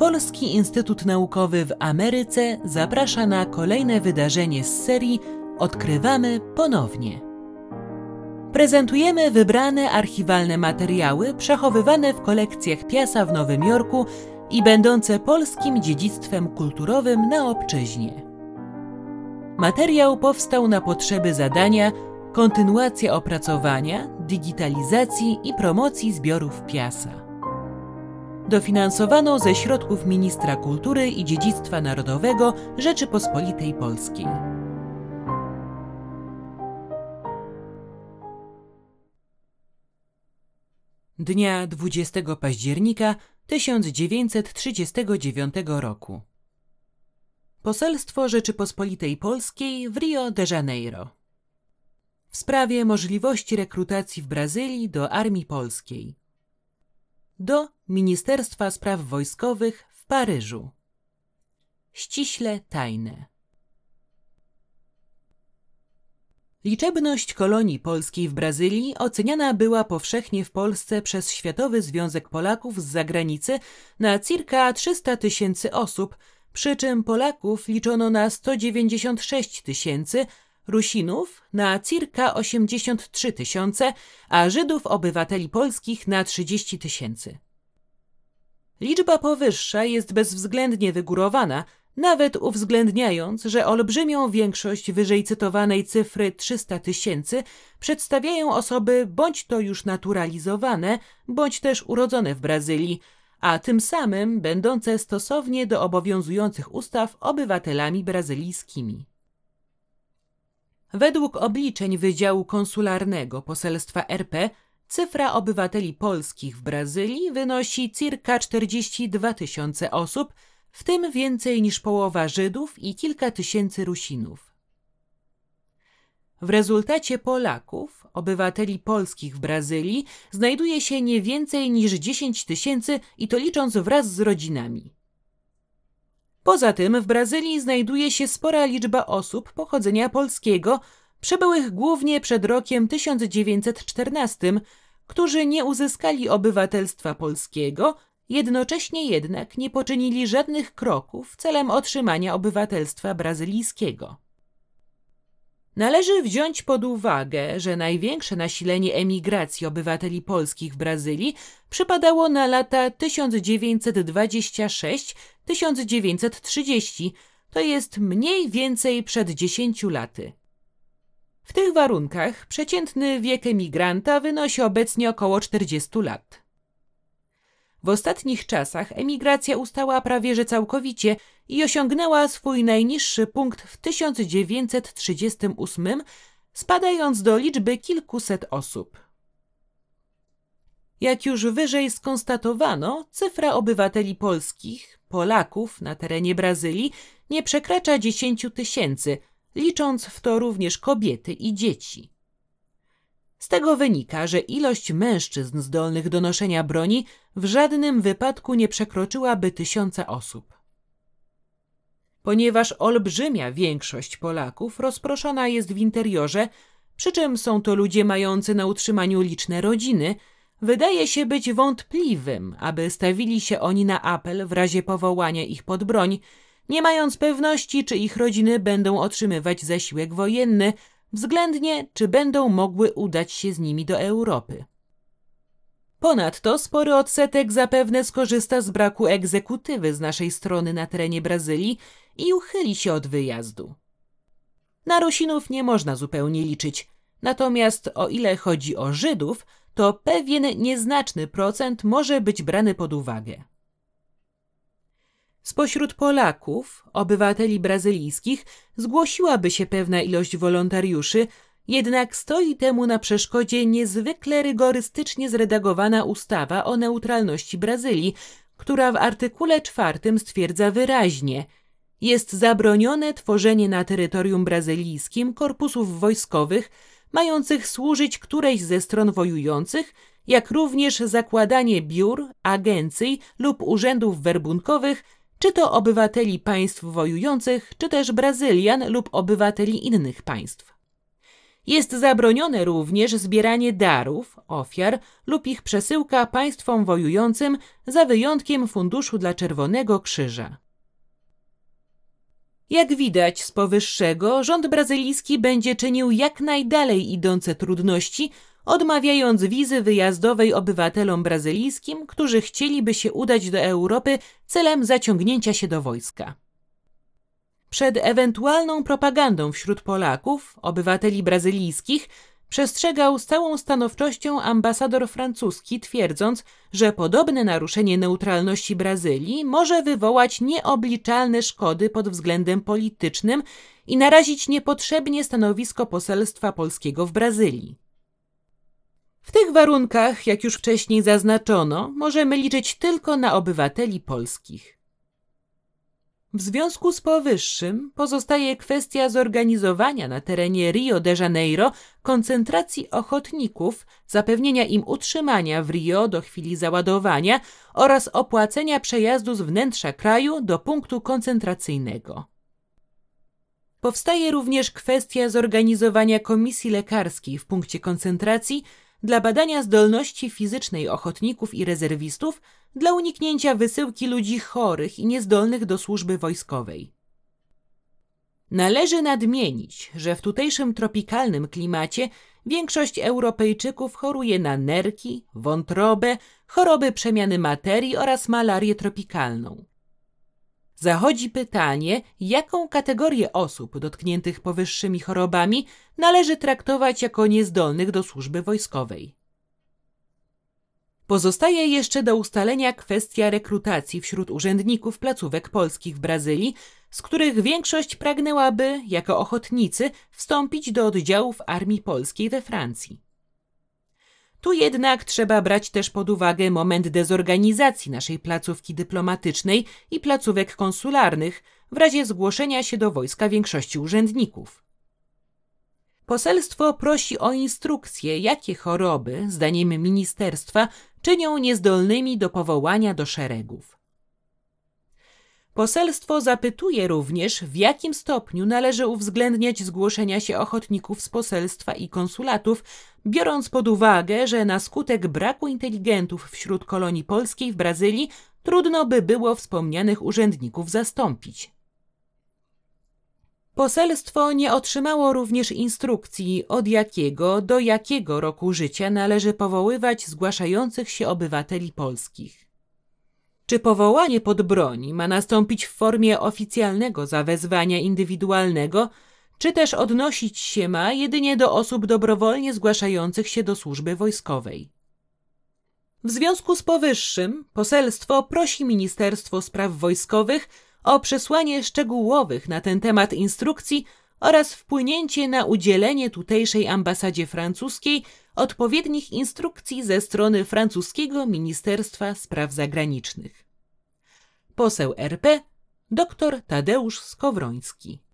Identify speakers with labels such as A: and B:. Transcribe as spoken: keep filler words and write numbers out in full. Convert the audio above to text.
A: Polski Instytut Naukowy w Ameryce zaprasza na kolejne wydarzenie z serii Odkrywamy ponownie. Prezentujemy wybrane archiwalne materiały przechowywane w kolekcjach Piasa w Nowym Jorku i będące polskim dziedzictwem kulturowym na obczyźnie. Materiał powstał na potrzeby zadania kontynuacja opracowania, digitalizacji i promocji zbiorów Piasa. Dofinansowano ze środków Ministra Kultury i Dziedzictwa Narodowego Rzeczypospolitej Polskiej. Dnia dwudziestego października tysiąc dziewięćset trzydziestego dziewiątego roku. Poselstwo Rzeczypospolitej Polskiej w Rio de Janeiro. W sprawie możliwości rekrutacji w Brazylii do Armii Polskiej. Do Ministerstwa Spraw Wojskowych w Paryżu. Ściśle tajne. Liczebność kolonii polskiej w Brazylii oceniana była powszechnie w Polsce przez Światowy Związek Polaków z Zagranicy na circa trzysta tysięcy osób, przy czym Polaków liczono na sto dziewięćdziesiąt sześć tysięcy, Rusinów na circa osiemdziesiąt trzy tysiące, a Żydów obywateli polskich na trzydzieści tysięcy. Liczba powyższa jest bezwzględnie wygórowana, nawet uwzględniając, że olbrzymią większość wyżej cytowanej cyfry trzysta tysięcy przedstawiają osoby bądź to już naturalizowane, bądź też urodzone w Brazylii, a tym samym będące stosownie do obowiązujących ustaw obywatelami brazylijskimi. Według obliczeń Wydziału Konsularnego Poselstwa R P cyfra obywateli polskich w Brazylii wynosi circa czterdzieści dwa tysiące osób, w tym więcej niż połowa Żydów i kilka tysięcy Rusinów. W rezultacie Polaków, obywateli polskich w Brazylii, znajduje się nie więcej niż dziesięć tysięcy i to licząc wraz z rodzinami. Poza tym w Brazylii znajduje się spora liczba osób pochodzenia polskiego, przybyłych głównie przed rokiem tysiąc dziewięćset czternastym, którzy nie uzyskali obywatelstwa polskiego, jednocześnie jednak nie poczynili żadnych kroków celem otrzymania obywatelstwa brazylijskiego. Należy wziąć pod uwagę, że największe nasilenie emigracji obywateli polskich w Brazylii przypadało na lata tysiąc dziewięćset dwadzieścia sześć do tysiąc dziewięćset trzydzieści, to jest mniej więcej przed dziesięciu laty. W tych warunkach przeciętny wiek emigranta wynosi obecnie około czterdziestu lat. W ostatnich czasach emigracja ustała prawie że całkowicie i osiągnęła swój najniższy punkt w tysiąc dziewięćset trzydziestym ósmym, spadając do liczby kilkuset osób. Jak już wyżej skonstatowano, cyfra obywateli polskich, Polaków na terenie Brazylii nie przekracza dziesięciu tysięcy, licząc w to również kobiety i dzieci. Z tego wynika, że ilość mężczyzn zdolnych do noszenia broni w żadnym wypadku nie przekroczyłaby tysiąca osób. Ponieważ olbrzymia większość Polaków rozproszona jest w interiorze, przy czym są to ludzie mający na utrzymaniu liczne rodziny, wydaje się być wątpliwym, aby stawili się oni na apel w razie powołania ich pod broń, nie mając pewności, czy ich rodziny będą otrzymywać zasiłek wojenny, względnie czy będą mogły udać się z nimi do Europy. Ponadto spory odsetek zapewne skorzysta z braku egzekutywy z naszej strony na terenie Brazylii i uchyli się od wyjazdu. Na Rusinów nie można zupełnie liczyć, natomiast o ile chodzi o Żydów, to pewien nieznaczny procent może być brany pod uwagę. Spośród Polaków, obywateli brazylijskich, zgłosiłaby się pewna ilość wolontariuszy, jednak stoi temu na przeszkodzie niezwykle rygorystycznie zredagowana ustawa o neutralności Brazylii, która w artykule czwartym stwierdza wyraźnie: jest zabronione tworzenie na terytorium brazylijskim korpusów wojskowych mających służyć którejś ze stron wojujących, jak również zakładanie biur, agencji lub urzędów werbunkowych, czy to obywateli państw wojujących, czy też Brazylian lub obywateli innych państw. Jest zabronione również zbieranie darów, ofiar lub ich przesyłka państwom wojującym za wyjątkiem Funduszu dla Czerwonego Krzyża. Jak widać z powyższego, rząd brazylijski będzie czynił jak najdalej idące trudności, odmawiając wizy wyjazdowej obywatelom brazylijskim, którzy chcieliby się udać do Europy celem zaciągnięcia się do wojska. Przed ewentualną propagandą wśród Polaków, obywateli brazylijskich, przestrzegał z całą stanowczością ambasador francuski, twierdząc, że podobne naruszenie neutralności Brazylii może wywołać nieobliczalne szkody pod względem politycznym i narazić niepotrzebnie stanowisko poselstwa polskiego w Brazylii. W tych warunkach, jak już wcześniej zaznaczono, możemy liczyć tylko na obywateli polskich. W związku z powyższym pozostaje kwestia zorganizowania na terenie Rio de Janeiro koncentracji ochotników, zapewnienia im utrzymania w Rio do chwili załadowania oraz opłacenia przejazdu z wnętrza kraju do punktu koncentracyjnego. Powstaje również kwestia zorganizowania komisji lekarskiej w punkcie koncentracji dla badania zdolności fizycznej ochotników i rezerwistów dla uniknięcia wysyłki ludzi chorych i niezdolnych do służby wojskowej. Należy nadmienić, że w tutejszym tropikalnym klimacie większość Europejczyków choruje na nerki, wątrobę, choroby przemiany materii oraz malarię tropikalną. Zachodzi pytanie, jaką kategorię osób dotkniętych powyższymi chorobami należy traktować jako niezdolnych do służby wojskowej. Pozostaje jeszcze do ustalenia kwestia rekrutacji wśród urzędników placówek polskich w Brazylii, z których większość pragnęłaby, jako ochotnicy, wstąpić do oddziałów Armii Polskiej we Francji. Tu jednak trzeba brać też pod uwagę moment dezorganizacji naszej placówki dyplomatycznej i placówek konsularnych w razie zgłoszenia się do wojska większości urzędników. Poselstwo prosi o instrukcje, jakie choroby, zdaniem ministerstwa, czynią niezdolnymi do powołania do szeregów. Poselstwo zapytuje również, w jakim stopniu należy uwzględniać zgłoszenia się ochotników z poselstwa i konsulatów, biorąc pod uwagę, że na skutek braku inteligentów wśród kolonii polskiej w Brazylii trudno by było wspomnianych urzędników zastąpić. Poselstwo nie otrzymało również instrukcji, od jakiego do jakiego roku życia należy powoływać zgłaszających się obywateli polskich. Czy powołanie pod broń ma nastąpić w formie oficjalnego zawezwania indywidualnego, czy też odnosić się ma jedynie do osób dobrowolnie zgłaszających się do służby wojskowej. W związku z powyższym poselstwo prosi Ministerstwo Spraw Wojskowych o przesłanie szczegółowych na ten temat instrukcji oraz wpłynięcie na udzielenie tutejszej ambasadzie francuskiej odpowiednich instrukcji ze strony francuskiego Ministerstwa Spraw Zagranicznych. Poseł R P dr Tadeusz Skowroński.